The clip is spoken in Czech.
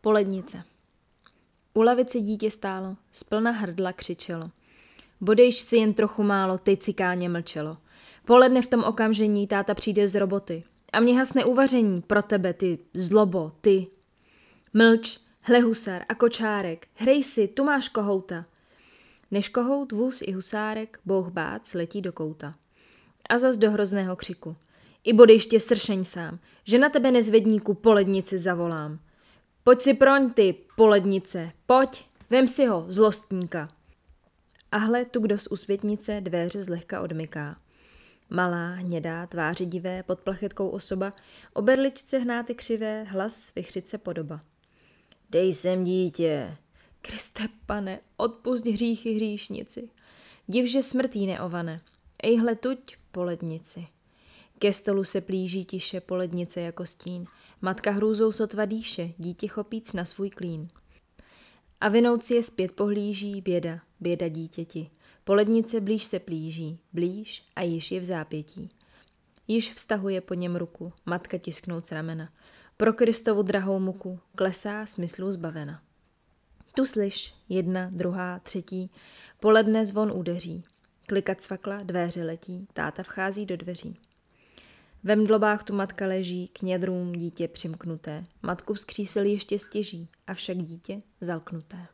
Polednice. U lavice dítě stálo, splna hrdla křičelo. Bodejš si jen trochu málo, ty cikáně mlčelo. Poledne v tom okamžení táta přijde z roboty. A mě hasne uvaření pro tebe, ty zlobo, ty. Mlč, hle husar a kočárek, hrej si, tu máš kohouta. Než kohout, vůz i husárek, bouch bác, letí do kouta. A zas do hrozného křiku. I bodejš tě sršeň sám, že na tebe nezvedníku polednici zavolám. Pojď si proň ty, polednice, pojď, vem si ho, zlostníka. A hle tu kdo z úsvětnice dvéře zlehka odmyká. Malá, hnědá, tváři divé, pod plachetkou osoba, o berličce hnáty křivé, hlas vichřice podoba. Dej sem dítě. Kriste pane, odpusť hříchy hříšnici. Div, že smrtí neovane. Ejhle tuď, polednici. Ke stolu se plíží tiše polednice jako stín. Matka hrůzou sotva dýše, dítě chopíc na svůj klín. A vinouci je zpět pohlíží, běda, běda dítěti. Polednice blíž se plíží, blíž a již je v zápětí. Již vztahuje po něm ruku, matka tisknout z ramena. Pro Kristovu drahou muku klesá smyslu zbavena. Tu slyš, jedna, druhá, třetí, poledne zvon údeří. Klikat cvakla, dveře letí, táta vchází do dveří. Ve mdlobách tu matka leží, k nědrům dítě přimknuté. Matku vzkřísil ještě stěží, avšak dítě zalknuté.